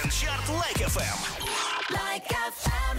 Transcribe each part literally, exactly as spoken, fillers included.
Трендчарт Лайк эф эм. Лайк эф эм.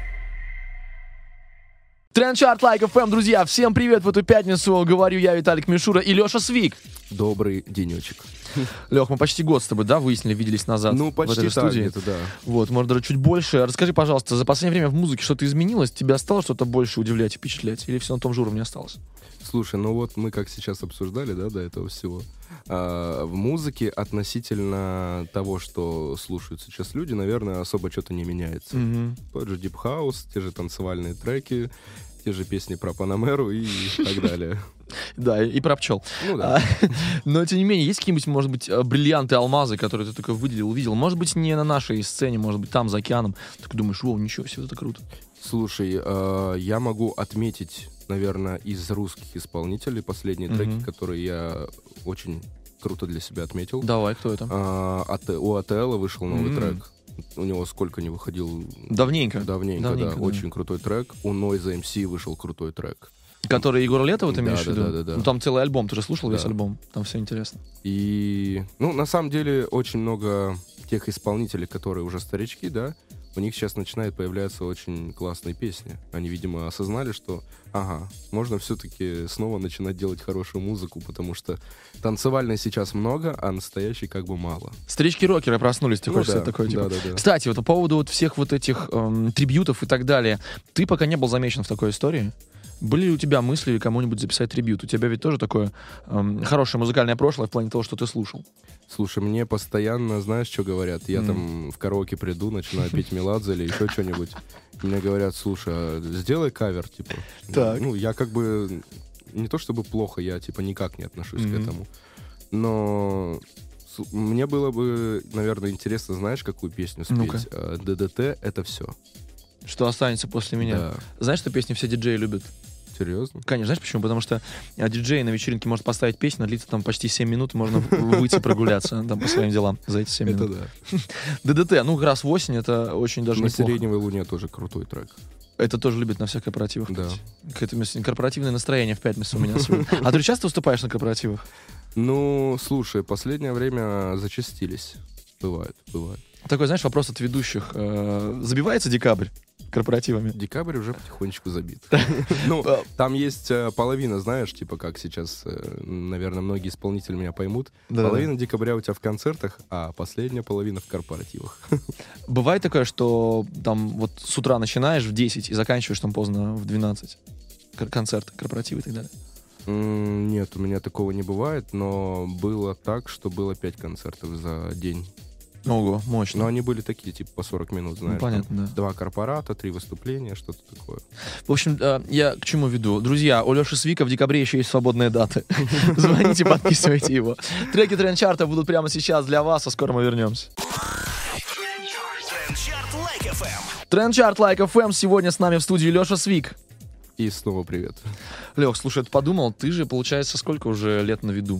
Трендчарт Лайк эф эм, друзья, всем привет в эту пятницу. Говорю я, Виталик Мишура и Леша Свик. Добрый денечек. Лех, мы почти год с тобой, да, выяснили, виделись назад. Ну, почти в этой так студии. где-то, да. Вот, может, даже чуть больше. Расскажи, пожалуйста, за последнее время в музыке что-то изменилось? Тебя стало что-то больше удивлять и впечатлять? Или все на том же уровне осталось? Слушай, ну вот мы как сейчас обсуждали, да, до этого всего. А, в музыке относительно того, что слушают сейчас люди, наверное, особо что-то не меняется. Mm-hmm. Тот же Deep House, те же танцевальные треки, те же песни про Панамеру и так далее. Да, и про пчел. Ну да. Но, тем не менее, есть какие-нибудь, может быть, бриллианты, алмазы, которые ты только выделил, увидел? Может быть, не на нашей сцене, может быть, там, за океаном. Ты думаешь, о, ничего себе, это круто. Слушай, э, я могу отметить, наверное, из русских исполнителей последние Мгм. треки, которые я очень круто для себя отметил. Давай, кто это? А, от- у АТЛа вышел новый М. трек. У него сколько не выходил? Давненько. Давненько, Давненько, да. да. Очень крутой трек. У Noise эм си вышел крутой трек. Который Егор Летова, ты Да, имеешь в да, виду? да, да, да. Ну, там целый альбом, ты же слушал весь Да. альбом? Там все интересно. И, ну, на самом деле, очень много тех исполнителей, которые уже старички, да, у них сейчас начинает появляться очень классные песни. Они, видимо, осознали, что, ага, можно все-таки снова начинать делать хорошую музыку, потому что танцевальной сейчас много, а настоящей как бы мало. Старички-рокеры проснулись, ты Ну хочешь да, сказать такое, типа? да, да, да. Кстати, вот по поводу вот всех вот этих эм, трибьютов и так далее, ты пока не был замечен в такой истории? Были ли у тебя мысли кому-нибудь записать трибьют? У тебя ведь тоже такое эм, хорошее музыкальное прошлое в плане того, что ты слушал. Слушай, мне постоянно, знаешь, что говорят? Я М. там в караоке приду, начинаю петь Меладзе или еще что-нибудь. И мне говорят, слушай, а сделай кавер, типа. Так. Ну, я как бы... Не то чтобы плохо, я типа никак не отношусь Мгм. к этому. Но с- мне было бы, наверное, интересно, знаешь, какую песню Ну-ка. спеть? А, ДДТ — это все. Что останется после меня? Да. Знаешь, что песни все диджеи любят? Серьезно? Конечно, знаешь почему? Потому что а, диджей на вечеринке может поставить песню, длится там почти семь минут, можно выйти прогуляться там по своим делам за эти семь Это минут. да. ДДТ, ну как раз в осень, это очень даже На неплохо. «Сиреневой луне» тоже крутой трек. Это тоже любят на всех корпоративах. Да. петь. Какое-то мис- корпоративное настроение в пятницу у меня сегодня. А ты часто выступаешь на корпоративах? Ну, слушай, последнее время зачастились. Бывает, бывает. Такой, знаешь, вопрос от ведущих. Э, Забивается декабрь корпоративами? Декабрь уже потихонечку забит. Ну, там есть э, половина, знаешь, типа как сейчас, э, наверное, многие исполнители меня поймут. Да-да-да. Половина декабря у тебя в концертах, а последняя половина в корпоративах. Бывает такое, что там вот с утра начинаешь в десять и заканчиваешь там поздно в двенадцать? Кон- Концерты, корпоративы и так далее. М, Нет, у меня такого не бывает, но было так, что было пять концертов за день. Ого, мощно. Но они были такие, типа по сорок минут, знаешь. там понятно, да. Два корпората, три выступления, что-то такое. В общем, э, я к чему веду? Друзья, у Леши Свика в декабре еще есть свободные даты. Звоните, подписывайте его. Треки Трендчарта будут прямо сейчас для вас, а скоро мы вернемся. Трендчарт Лайк эф эм. Трендчарт Лайк эф эм. Сегодня с нами в студии Леша Свик. И снова привет. Лех, слушай, ты подумал, ты же, получается, сколько уже лет на виду?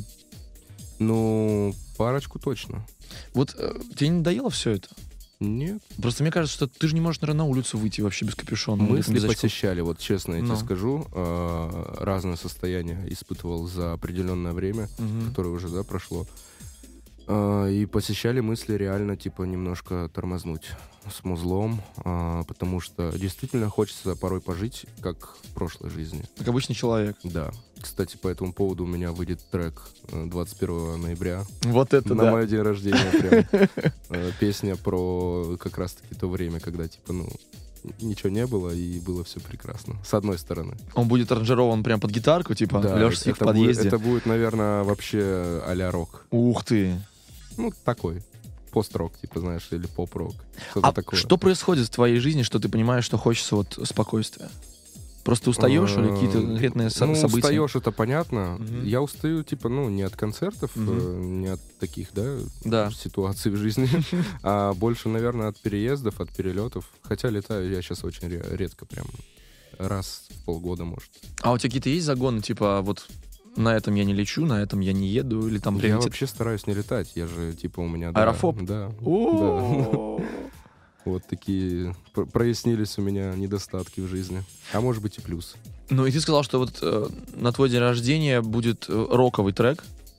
Ну, парочку точно. Вот э, тебе не надоело все это? Нет. Просто мне кажется, что ты же не можешь, наверное, на улицу выйти вообще без капюшона. или там Мысли без очков. посещали, вот честно я Ну. тебе скажу, э, разное состояние испытывал за определенное время, Мгм. которое уже, да, прошло. Э, и посещали мысли реально, типа, немножко тормознуть с музлом, э, потому что действительно хочется порой пожить, как в прошлой жизни. Как обычный человек. Да. Кстати, по этому поводу у меня выйдет трек э, двадцать первого ноября Вот это на да. мой день рождения. Прям. Э, Песня про как раз-таки то время, когда, типа, ну, ничего не было, и было все прекрасно. С одной стороны. Он будет аранжирован прям под гитарку, типа Да, Леша это- Свик в это будет- подъезде. Это будет, наверное, вообще а-ля рок. Ух ты. Ну, такой. Пост-рок, типа, знаешь, или поп-рок. Что-то А такое. что происходит в твоей жизни, что ты понимаешь, что хочется вот спокойствия? Просто устаешь или какие-то конкретные со- Ну, события? устаешь, это понятно. Мгм. Я устаю, типа, ну, не от концертов, Мгм. э, не от таких, да, Да. ситуаций в жизни, а больше, наверное, от переездов, от перелетов. Хотя летаю я сейчас очень ре- редко, прям раз в полгода, может. А у тебя какие-то есть загоны, типа вот на этом я не лечу, на этом я не еду, или там Я приоритет? вообще стараюсь не летать, я же, типа, у меня... да, Аэрофоб? Да, да. О! Вот такие пр- прояснились у меня недостатки в жизни. А может быть и плюс. Ну и ты сказал, что вот э, на твой день рождения будет э, роковый трек.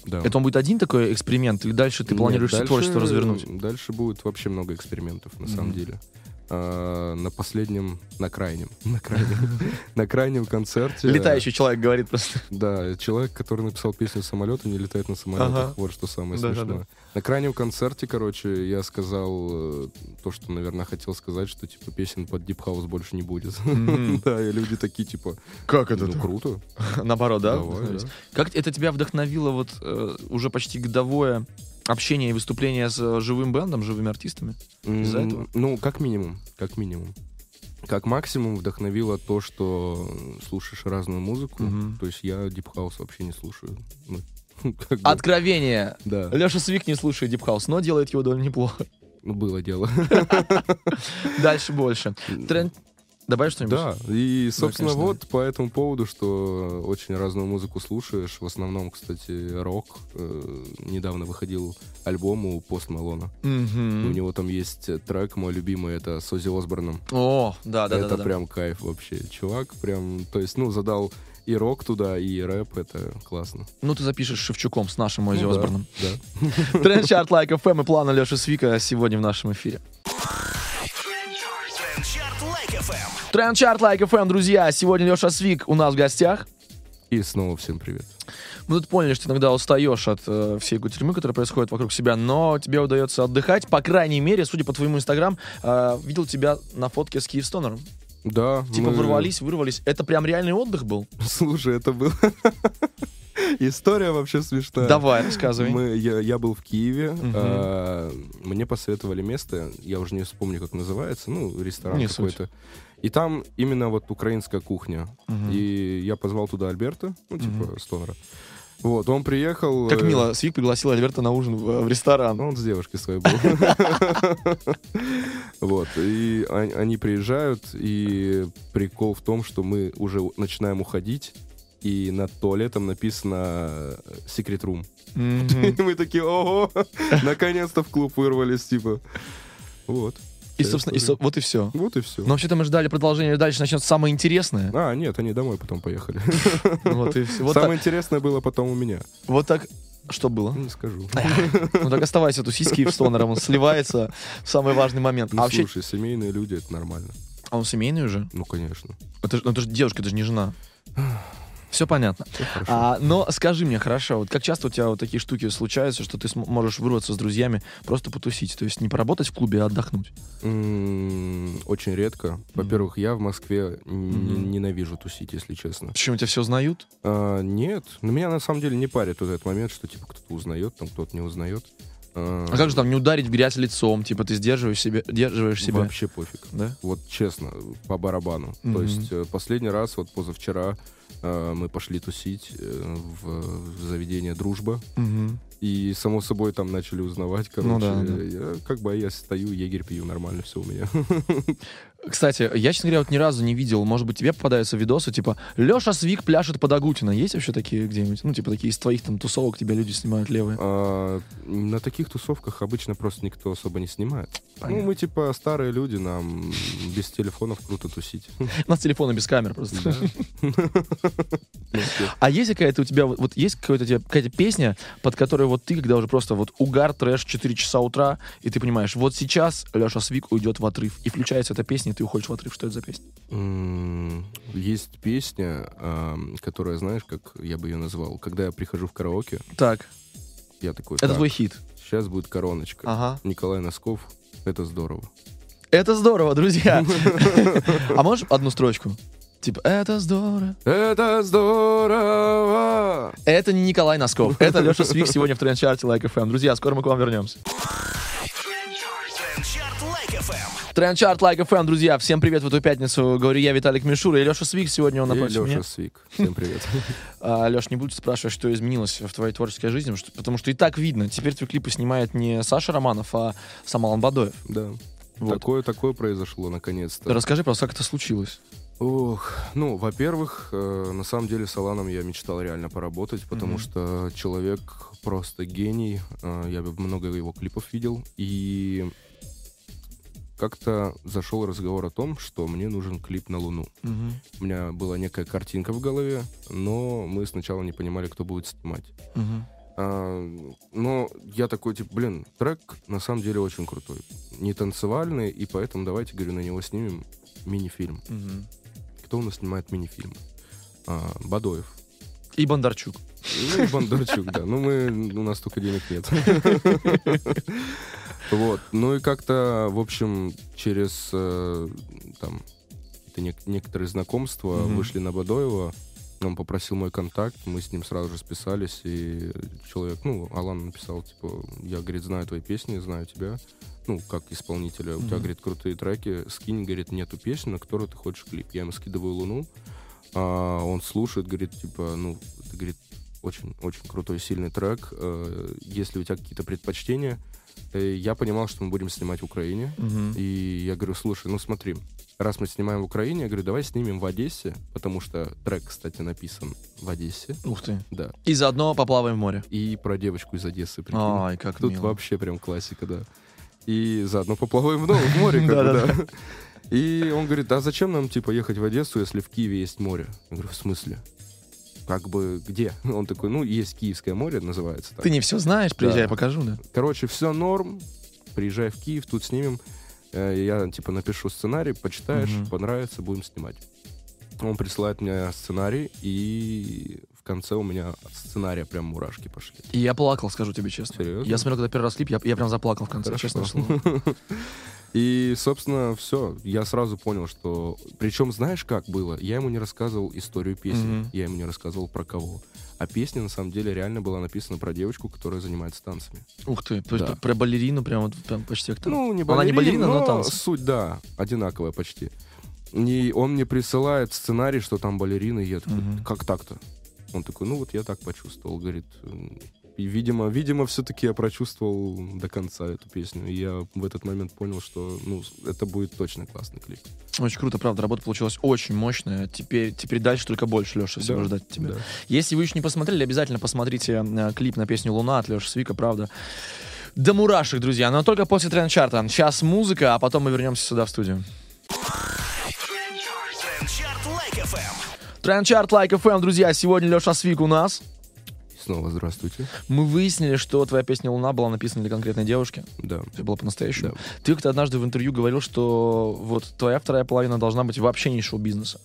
Да. Это он будет один такой эксперимент, или дальше ты Нет, планируешь дальше- творчество развернуть? Дальше будет вообще много экспериментов, на Мгм. самом деле. А, на последнем, на крайнем, на крайнем, на крайнем концерте. Летающий человек говорит просто. Да, человек, который написал песню «Самолет» и не летает на самолетах. Ага. Вот что самое Да-да-да. смешное. На крайнем концерте, короче, я сказал э, то, что, наверное, хотел сказать, что, типа, песен под Deep House больше не будет. Мгм. Да, и люди такие, типа, Как ну, круто. Наоборот, да? Давай, вдохновились? да. Как это тебя вдохновило вот э, уже почти годовое общение и выступление с э, живым бэндом, живыми артистами? Из-за М, этого? Ну, как минимум, как минимум. Как максимум вдохновило то, что слушаешь разную музыку. Мгм. То есть я Deep House вообще не слушаю. Ну, как бы, Откровение. да, Леша Свик не слушает Deep House, но делает его довольно неплохо. ну, было дело. Дальше больше. Тренд... Добавишь что-нибудь? Да, и, собственно, конечно. вот по этому поводу, что очень разную музыку слушаешь. В основном, кстати, рок. Э, Недавно выходил альбом у Пост Малона. Мгм. У него там есть трек, мой любимый, это с Оззи Осборном. О, да, да, да. Это да. прям кайф вообще. Чувак прям, то есть, ну, задал и рок туда, и рэп, это классно. Ну, ты запишешь Шевчуком с нашим Оззи Ну да, Осборном. Да. Тренд-чарт Лайк эф эм и планы Леши Свика сегодня в нашем эфире. Трендчарт Лайк эф эм. Тренд-чарт Лайк эф эм, друзья. Сегодня Леша Свик у нас в гостях. И снова всем привет. Мы тут поняли, что иногда устаешь от э, всей кутерьмы, которая происходит вокруг себя, но тебе удается отдыхать. По крайней мере, судя по твоему инстаграм, э, видел тебя на фотке с Киевстонером. Да. Типа мы- ворвались, вырвались. Это прям реальный отдых был? Слушай, это было... История вообще смешная. Давай, рассказывай. Мы, я, я был в Киеве, Мгм. а, мне посоветовали место, я уже не вспомню, как называется, ну, ресторан Не суть. какой-то. И там именно вот украинская кухня. Мгм. И я позвал туда Альберта, ну, типа, Мгм. Стонера. Вот, он приехал... Как э, мило, Свик пригласил Альберта на ужин в, в ресторан. Ну, он с девушкой своей был. Вот, и он- они приезжают, и прикол в том, что мы уже начинаем уходить, и над туалетом написано «Secret Room». Мгм. И мы такие, ого, наконец-то в клуб вырвались, типа. Вот. И, Вся собственно, и, история. со- вот и все. Вот и все. Но вообще-то мы ждали продолжения, дальше начнется самое интересное. А, нет, они домой потом поехали. Вот и все. Вот Самое так, интересное было потом у меня. вот так. Что было? Не скажу. Ну так оставайся тут, с Киевстонером, он сливается в самый важный момент. Ну, А вообще, слушай, семейные люди, это нормально. а он семейный уже? Ну, конечно. Это же, ну, это же девушка, это же не жена. Все понятно. Всё хорошо. А, но скажи мне, хорошо, вот как часто у тебя вот такие штуки случаются, что ты см- можешь вырваться с друзьями, просто потусить, то есть не поработать в клубе, а отдохнуть? М, Очень редко. Во-первых, я в Москве н- Мгм. ненавижу тусить, если честно. Почему тебя все узнают? А, Нет, на меня на самом деле не парит вот этот момент, что типа кто-то узнает, там кто-то не узнает. А, А как же там не ударить в грязь лицом, типа ты сдерживаешь себя, держиваешь себя, Вообще пофиг. да? Вот честно, по барабану. Мгм. То есть э, последний раз, вот позавчера, э, мы пошли тусить э, в, в заведение «Дружба». Мгм. И, само собой, там начали узнавать, короче. Ну да, да. Я, как бы я стою, егерь пью, нормально все у меня. Кстати, я, честно говоря, вот ни разу не видел, может быть, тебе попадаются видосы, типа «Леша Свик пляшет под Агутино». Есть вообще такие где-нибудь? Ну, типа такие из твоих там тусовок тебя люди снимают левые. А, на таких тусовках обычно просто никто особо не снимает. Понятно. Ну, мы типа старые люди, нам без телефонов круто тусить. У нас телефоны без камер просто. Ну, А есть какая-то у тебя, вот, вот есть какая-то, у тебя какая-то песня, под которой вот ты, когда уже просто вот угар, трэш, четыре часа утра, и ты понимаешь, вот сейчас Леша Свик уйдет в отрыв, и включается эта песня, и ты уходишь в отрыв. Что это за песня? М, Есть песня, ам, которая, знаешь, как я бы ее назвал, когда я прихожу в караоке, Так, я такой, это так, твой хит. сейчас будет короночка. Ага. Николай Носков, это здорово. Это здорово, друзья. А можешь одну строчку? Типа, это здорово. Это здорово! Это не Николай Носков, это Леша Свик сегодня в Тренд-чарте Лайк эф эм. Друзья, скоро мы к вам вернемся. Трендчарт Лайк эф эм. Тренд-чарт Лайк эф эм, друзья, всем привет в эту пятницу. Говорю я, Виталик Мишура, и Леша Свик сегодня он И напротив меня. Леша Свик. Всем привет. А, Леш, не буду спрашивать, что изменилось в твоей творческой жизни, что- потому что и так видно. Теперь твои клипы снимает не Саша Романов, а сам Алан Бадоев. Да. Вот. Такое, такое произошло, наконец-то. Расскажи, просто, как это случилось. Ох, ну, во-первых, э, на самом деле с Аланом я мечтал реально поработать, потому Мгм. что человек просто гений. Э, я много его клипов видел, и как-то зашел разговор о том, что мне нужен клип на Луну. Мгм. У меня была некая картинка в голове, но мы сначала не понимали, кто будет снимать. Мгм. А, но я такой, типа, блин, трек на самом деле очень крутой. Не танцевальный, и поэтому давайте, говорю, на него снимем мини-фильм. Мгм. Кто у нас снимает мини-фильм? А, Бадоев. И Бондарчук. Ну, и Бондарчук, да. Ну, мы, у нас столько денег нет. Вот. Ну и как-то, в общем, через э, там какие-то нек- некоторые знакомства Мгм. вышли на Бадоева. Он попросил мой контакт, мы с ним сразу же списались, и человек, ну, Алан написал, типа, я, говорит, знаю твои песни, знаю тебя, ну, как исполнителя, у тебя, Мгм. говорит, крутые треки, скинь, говорит, мне эту песню, на которую ты хочешь клип. Я ему скидываю «Луну», а он слушает, говорит, типа, ну, это, говорит, очень-очень крутой, сильный трек, э, если у тебя какие-то предпочтения. Э, я понимал, что мы будем снимать в Украине, Мгм. и я говорю, слушай, ну смотри, раз мы снимаем в Украине, я говорю, давай снимем в Одессе, потому что трек, кстати, написан в Одессе, Ух ты. да, И заодно поплаваем в море. и про девочку из Одессы, прикинь. Ай, как Тут мило. вообще прям классика, да. И заодно поплаваем в новом море, как бы, Да-да-да. да. И он говорит, а зачем нам, типа, ехать в Одессу, если в Киеве есть море? Я говорю, в смысле? Как бы где? Он такой, ну, есть Киевское море, называется так. Ты не все знаешь, приезжай, Да. покажу, да? Короче, все норм, приезжай в Киев, тут снимем. Э, Я, типа, напишу сценарий, почитаешь, Мгм. понравится, будем снимать. Он присылает мне сценарий, и в конце у меня от сценария прям мурашки пошли. И я плакал, скажу тебе честно. Серьезно? Я смотрел, когда первый раз клип, я, я прям заплакал в конце, Хорошо. честное слово. И, собственно, все. Я сразу понял, что... Причем, знаешь, как было? Я ему не рассказывал историю песни. Мгм. Я ему не рассказывал про кого. А песня, на самом деле, реально была написана про девочку, которая занимается танцами. Ух ты, то есть Да. про балерину прям вот прям почти как там. Ну, не Она не балерина, но танцы. суть, да, одинаковая почти. И он мне присылает сценарий, что там балерина, и я такой, Мгм. как так-то? Он такой, ну вот я так почувствовал, говорит. И, видимо, видимо, все-таки я прочувствовал до конца эту песню. И я в этот момент понял, что, ну, это будет точно классный клип. Очень круто, правда, работа получилась очень мощная. Теперь, теперь дальше только больше, Леша, всего Да, ждать от тебя. да. Если вы еще не посмотрели, обязательно посмотрите э, клип на песню «Луна» от Леши Свика, правда. До мурашек, друзья, но только после тренд-чарта. Сейчас музыка, а потом мы вернемся сюда в студию. Трендчарт Лайк эф эм. Тренд-чарт Лайк эф эм, друзья, сегодня Леша Свик у нас. И снова здравствуйте. Мы выяснили, что твоя песня «Луна» была написана для конкретной девушки. Да. Это было по-настоящему. Да. Ты как-то однажды в интервью говорил, что вот твоя вторая половина должна быть вообще не шоу-бизнеса.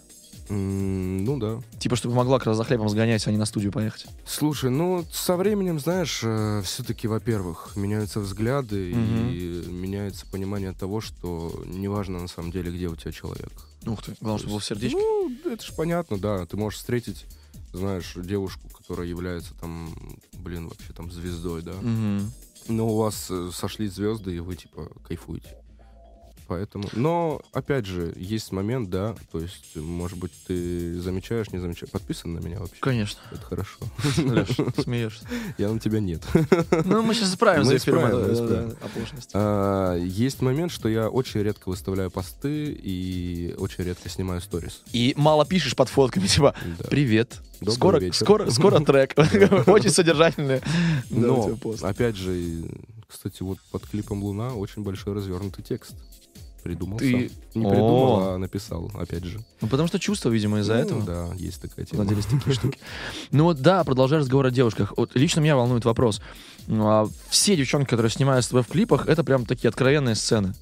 М, ну да. Типа, чтобы могла как раз за хлебом сгонять, а не на студию поехать. Слушай, ну со временем, знаешь, все-таки, во-первых, меняются взгляды Мгм. и меняется понимание того, что неважно на самом деле, где у тебя человек. Ух ты, главное, чтобы было в сердечке. Ну, это же понятно, да. Ты можешь встретить, знаешь, девушку, которая является там, блин, вообще там звездой, да. Мгм. Но у вас э, сошлись звезды, и вы типа кайфуете. Поэтому. Но, опять же, есть момент, да. То есть, может быть, ты замечаешь, не замечаешь. Подписан на меня вообще? Конечно. Это хорошо. Леш, смеешься. Я на тебя нет. Ну, мы сейчас исправим Мы за эфиром исправим, э, мы э, исправим. оплошность. А, Есть момент, что я очень редко выставляю посты и очень редко снимаю сторис. И мало пишешь под фотками, типа, Да. привет, Добрый скоро, вечер. скоро, скоро трек. Очень содержательный. Да, у Но, тебя пост. опять же, и, кстати, вот под клипом «Луна» очень большой развернутый текст. Придумал Ты- сам. Не придумал, О. а написал, опять же. Ну, потому что чувства, видимо, из-за Ну, этого. Да, есть такая тема. Владелись такие штуки. Ну вот да, продолжая разговор о девушках. Вот лично меня волнует вопрос. Ну, а все девчонки, которые снимают с тобой в клипах, это прям такие откровенные сцены.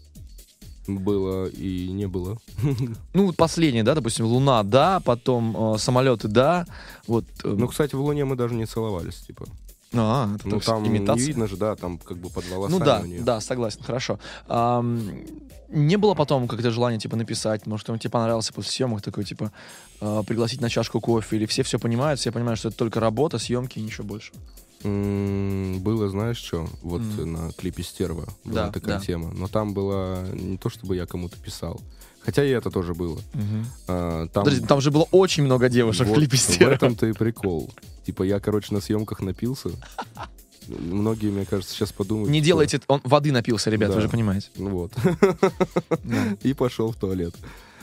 Было и не было. Ну, вот последние, да, допустим, «Луна», да, потом э, «Самолеты», да. Вот, э, Ну, кстати, в «Луне» мы даже не целовались, типа. а, это Ну, так, там имитация. не видно же, да, там как бы под волосами Ну да, у нее. да, согласен, хорошо. Ам, не было потом как-то желания, типа, написать, может, он тебе понравился после съемок, такой, типа, э, пригласить на чашку кофе, или все все понимают, все понимают, что это только работа, съемки и ничего больше. М, Было, знаешь, что? Вот М. на клипе «Стерва» была Да, такая да. тема. Но там было не то, чтобы я кому-то писал. Хотя и это тоже было. А, Там, Подожди, там же было очень много девушек вот в клипе в «Стерва». этом-то и прикол. Типа я, короче, на съемках напился. Многие, мне кажется, сейчас подумают. Не что- делайте, он воды напился, ребят, Да. вы же понимаете. Ну вот. Да. И пошел в туалет.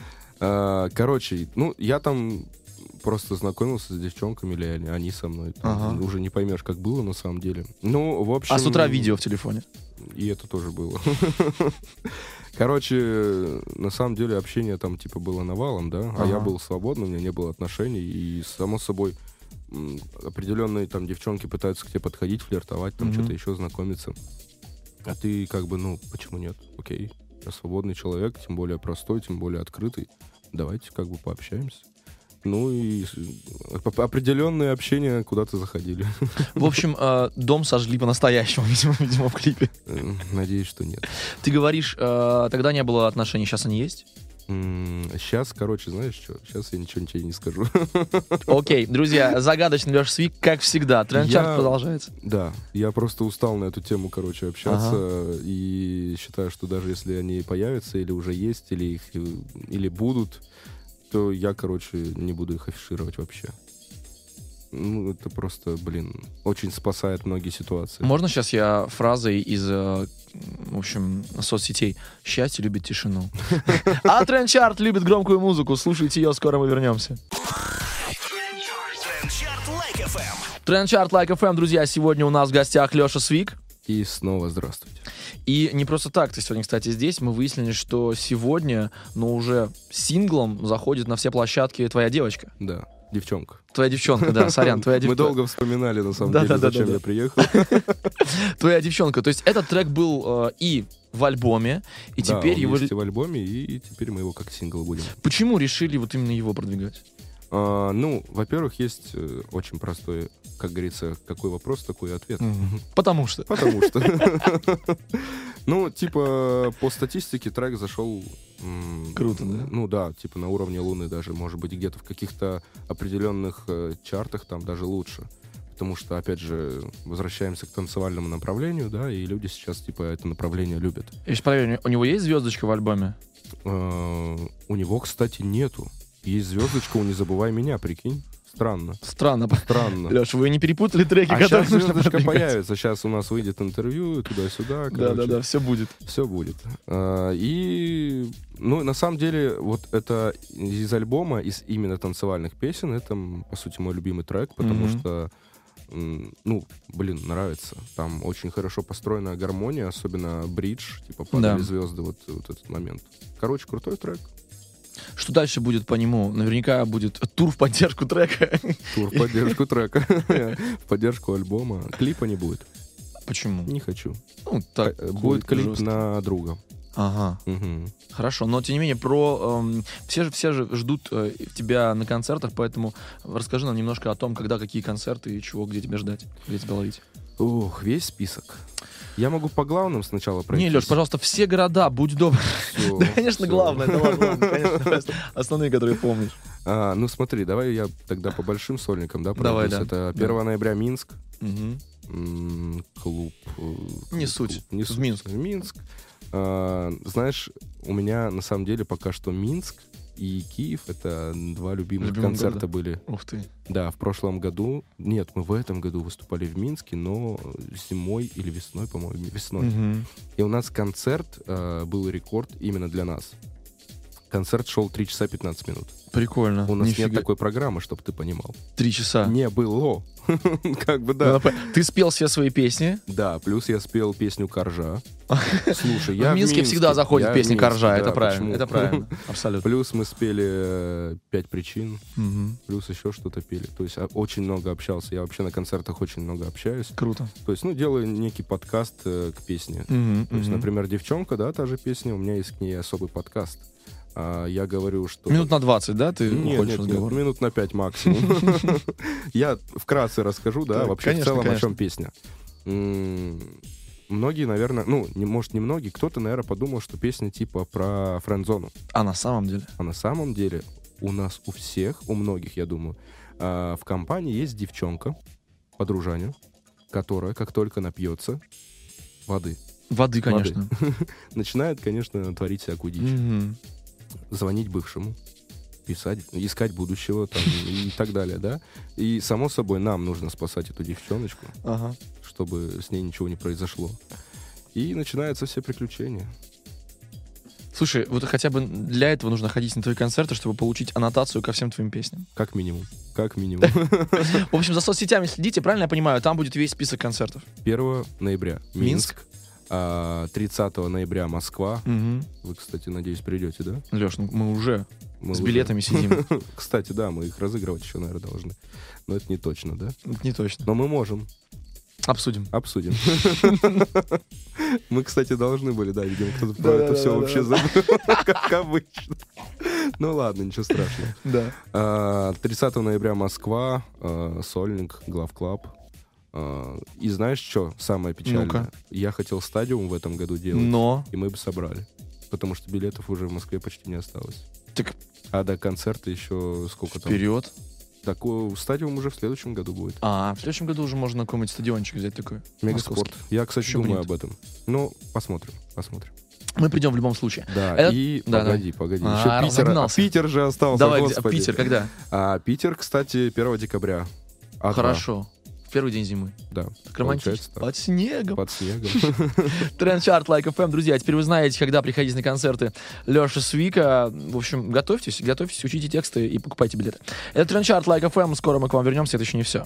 А, Короче, ну, я там просто знакомился с девчонками, или они- они со мной. Там Ага. Уже не поймешь, как было на самом деле. Ну, в общем... А с утра видео в телефоне. И это тоже было. Короче, на самом деле общение там типа было навалом, да, а Ага. я был свободным, у меня не было отношений, и само собой м, определенные там девчонки пытаются к тебе подходить, флиртовать, там Мгм. что-то еще, знакомиться. А ты как бы, ну, почему нет? Окей, я свободный человек, тем более простой, тем более открытый. Давайте как бы пообщаемся. Ну и с- оп- определенные общения куда-то заходили. В общем, э, дом сожгли по-настоящему, видимо, видимо, в клипе. Э, Надеюсь, что нет. Ты говоришь, э, тогда не было отношений, сейчас они есть? Сейчас, короче, знаешь что? Сейчас я ничего тебе не скажу. Окей, друзья, загадочный Леша Свик, как всегда. Тренд-чарт Я- продолжается. Да, я просто устал на эту тему, короче, общаться. И считаю, что даже если они появятся, или уже есть, или их э, или будут, то я, короче, не буду их афишировать вообще. Ну, это просто, блин, очень спасает многие ситуации. Можно сейчас я фразой из, э, в общем, соцсетей «Счастье любит тишину». А тренд-чарт любит громкую музыку. Слушайте ее, скоро мы вернемся. Трендчарт Лайк эф эм. Тренд-чарт Like эф эм, друзья, сегодня у нас в гостях Леша Свик. И снова здравствуйте. И не просто так ты сегодня, кстати, здесь. Мы выяснили, что сегодня, но уже синглом заходит на все площадки твоя девочка. Да, девчонка. Твоя девчонка, да, сорян, твоя Мы девчонка. долго вспоминали, на самом Да, деле, да, да, зачем да, я да. приехал. Твоя девчонка. То есть этот трек был э, и в альбоме, и Да, теперь он его... есть и в альбоме, и теперь мы его как сингл будем. Почему решили вот именно его продвигать? А, ну, во-первых, есть э, очень простой, как говорится, какой вопрос, такой и ответ. Потому что. Потому что. Ну, типа, по статистике трек зашел... м, Круто, да? Ну да, типа на уровне Луны даже, может быть, где-то в каких-то определенных э, чартах там даже лучше. Потому что, опять же, возвращаемся к танцевальному направлению, да, и люди сейчас, типа, это направление любят. Я сейчас проверю, у него есть звездочка в альбоме? Э, У него, кстати, нету. Есть звездочка у «Не забывай меня», прикинь. Странно. Странно. Странно. Леш, вы не перепутали треки, А которые сейчас нужно звездочка продвигать? появится. Сейчас у нас выйдет интервью туда-сюда. Да, да, да, все будет. Все будет. А, И, ну, на самом деле, вот это из альбома, из именно танцевальных песен, это, м, по сути, мой любимый трек, потому Мгм. что, м, ну, блин, нравится. Там очень хорошо построена гармония, особенно бридж, типа падали Да. звезды, вот, вот этот момент. Короче, крутой трек. Что дальше будет по нему? Наверняка будет тур в поддержку трека. Тур в поддержку трека. В поддержку альбома. Клипа не будет. Почему? Не хочу. Ну, так, Э, Будет кул- клип жестко. на друга. Ага, Мгм. хорошо. Но, тем не менее, про... эм, все, же, все же ждут э, тебя на концертах, поэтому расскажи нам немножко о том, когда какие концерты и чего, где тебя ждать, где тебя ловить. Ух, весь список. Я могу по главным сначала пройти. Не, Леш, пожалуйста, все города, будь добр. Да, конечно, главное, да ладно, ладно, конечно, давай основные, которые помнишь. А, ну смотри, давай я тогда по большим сольникам, да, Давай, пройдусь. да. Это Да. первого ноября Минск, Мгм. м, клуб. э, Не клуб, суть. клуб, Не В суть. Минск. Минск. А, знаешь, у меня на самом деле пока что Минск и Киев — это два любимых Любимых концерта города. были. Ух ты. Да, в прошлом году, нет, мы в этом году выступали в Минске, но зимой или весной, по-моему, весной. Мгм. И у нас концерт э, был рекорд именно для нас. Концерт шел три часа пятнадцать минут. Прикольно. У нас Нифига. нет такой программы, чтобы ты понимал. Три часа. Не было. Как бы Ну, да. напа- Ты спел все свои песни. Да, плюс я спел песню «Коржа». Слушай, В я Минске всегда заходит я в песня Минске, Коржа, да, это правильно. почему? Это правильно. Абсолютно. Плюс мы спели э, «Пять причин», Мгм. плюс еще что-то пели. То есть а, очень много общался. Я вообще на концертах очень много общаюсь. Круто. То есть, ну, делаю некий подкаст э, к песне. Мгм, То есть, мгм. например, «Девчонка», да, та же песня, у меня есть к ней особый подкаст. А, я говорю, что... Минут на двадцать, да, ты Нет, уходишь нет, в нет, разговор? минут на пять максимум. Я вкратце расскажу, да, Так, вообще в конечно, целом, о конечно. чем песня. М, Многие, наверное, ну, не, может, не многие, кто-то, наверное, подумал, что песня типа про френд-зону. А на самом деле? А на самом деле у нас, у всех, у многих, я думаю, а, в компании есть девчонка, подружаня, которая, как только напьется воды, Воды, конечно. начинает, конечно, творить всякую дичь. Мгм. Звонить бывшему, писать, искать будущего там, и так далее, да. И, само собой, нам нужно спасать эту девчоночку, Ага. чтобы с ней ничего не произошло. И начинаются все приключения. Слушай, вот хотя бы для этого нужно ходить на твои концерты, чтобы получить аннотацию ко всем твоим песням. Как минимум. Как минимум. В общем, за соцсетями следите, правильно я понимаю? Там будет весь список концертов. первого ноября Минск. Минск. а, тридцатого ноября Москва. Угу. Вы, кстати, надеюсь, придете, да? Леш, ну мы уже. Мы С уже- билетами сидим. Кстати, да, мы их разыгрывать еще, наверное, должны. Но это не точно, да? Это не точно. Но мы можем. Обсудим. Обсудим. Мы, кстати, должны были, да, видимо, кто-то про Да-да-да-да. это все вообще забыл, как обычно. Ну ладно, ничего страшного. Да. А, тридцатого ноября Москва, а, Сольник, Главклаб. А, И знаешь, что самое печальное? Ну-ка. Я хотел стадиум в этом году делать, Но... и мы бы собрали. Потому что билетов уже в Москве почти не осталось. Так А до концерта еще сколько там? вперед. Такой стадиум уже в следующем году будет. А, в следующем году уже можно какой-нибудь стадиончик взять такой. Мегаспорт. московский. Я, кстати, Почему думаю нет? об этом. Ну, посмотрим, посмотрим. Мы придем в любом случае. Да, Это- и да, погоди, погоди. А, Еще Питер, а разогнался. Питер же остался, Давай, где- господи. Питер, когда? А Питер, кстати, первого декабря. А два. Хорошо. В первый день зимы. Да. Так романтично. Получается так. Под снегом. Под снегом. Трендчарт Лайк эф эм. Друзья, теперь вы знаете, когда приходить на концерты Леши Свика. В общем, готовьтесь, готовьтесь, учите тексты и покупайте билеты. Это Трендчарт Лайк эф эм. Скоро мы к вам вернемся, это еще не все.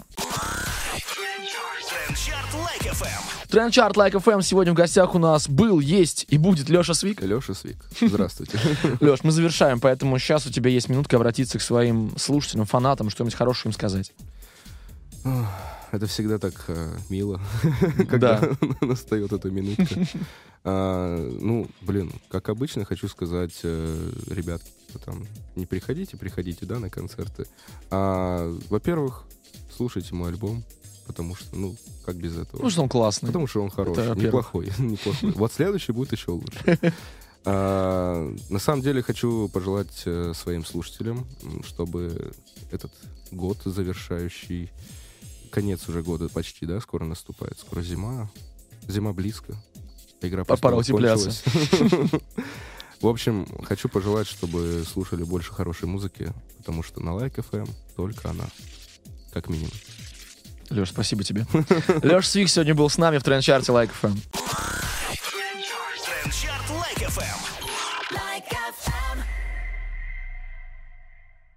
Трендчарт Лайк эф эм. Трендчарт Лайк эф эм. Сегодня в гостях у нас был, есть и будет Леша Свик. Леша Свик. Здравствуйте. Леш, мы завершаем, поэтому сейчас у тебя есть минутка обратиться к своим слушателям, фанатам, что-нибудь хорошее им сказать. Это всегда так э, мило, когда настает эта минутка. А, ну, блин, как обычно, хочу сказать, э, ребятки, типа, там, не приходите, приходите, да, на концерты. А, во-первых, слушайте мой альбом, потому что, ну, как без этого? Ну, что он классный. Потому что он хороший, Это во-первых. неплохой, неплохой. Вот следующий будет еще лучше. А, на самом деле хочу пожелать э, своим слушателям, м, чтобы этот год завершающий, конец уже года почти, да, скоро наступает, скоро зима, зима близко, игра Пора престолов утепляться. кончилась. В общем, хочу пожелать, чтобы слушали больше хорошей музыки, потому что на Лайк эф эм только она, как минимум. Леш, спасибо тебе. Леша Свик сегодня был с нами в Трендчарте Лайк эф эм. Трендчарт Лайк эф эм.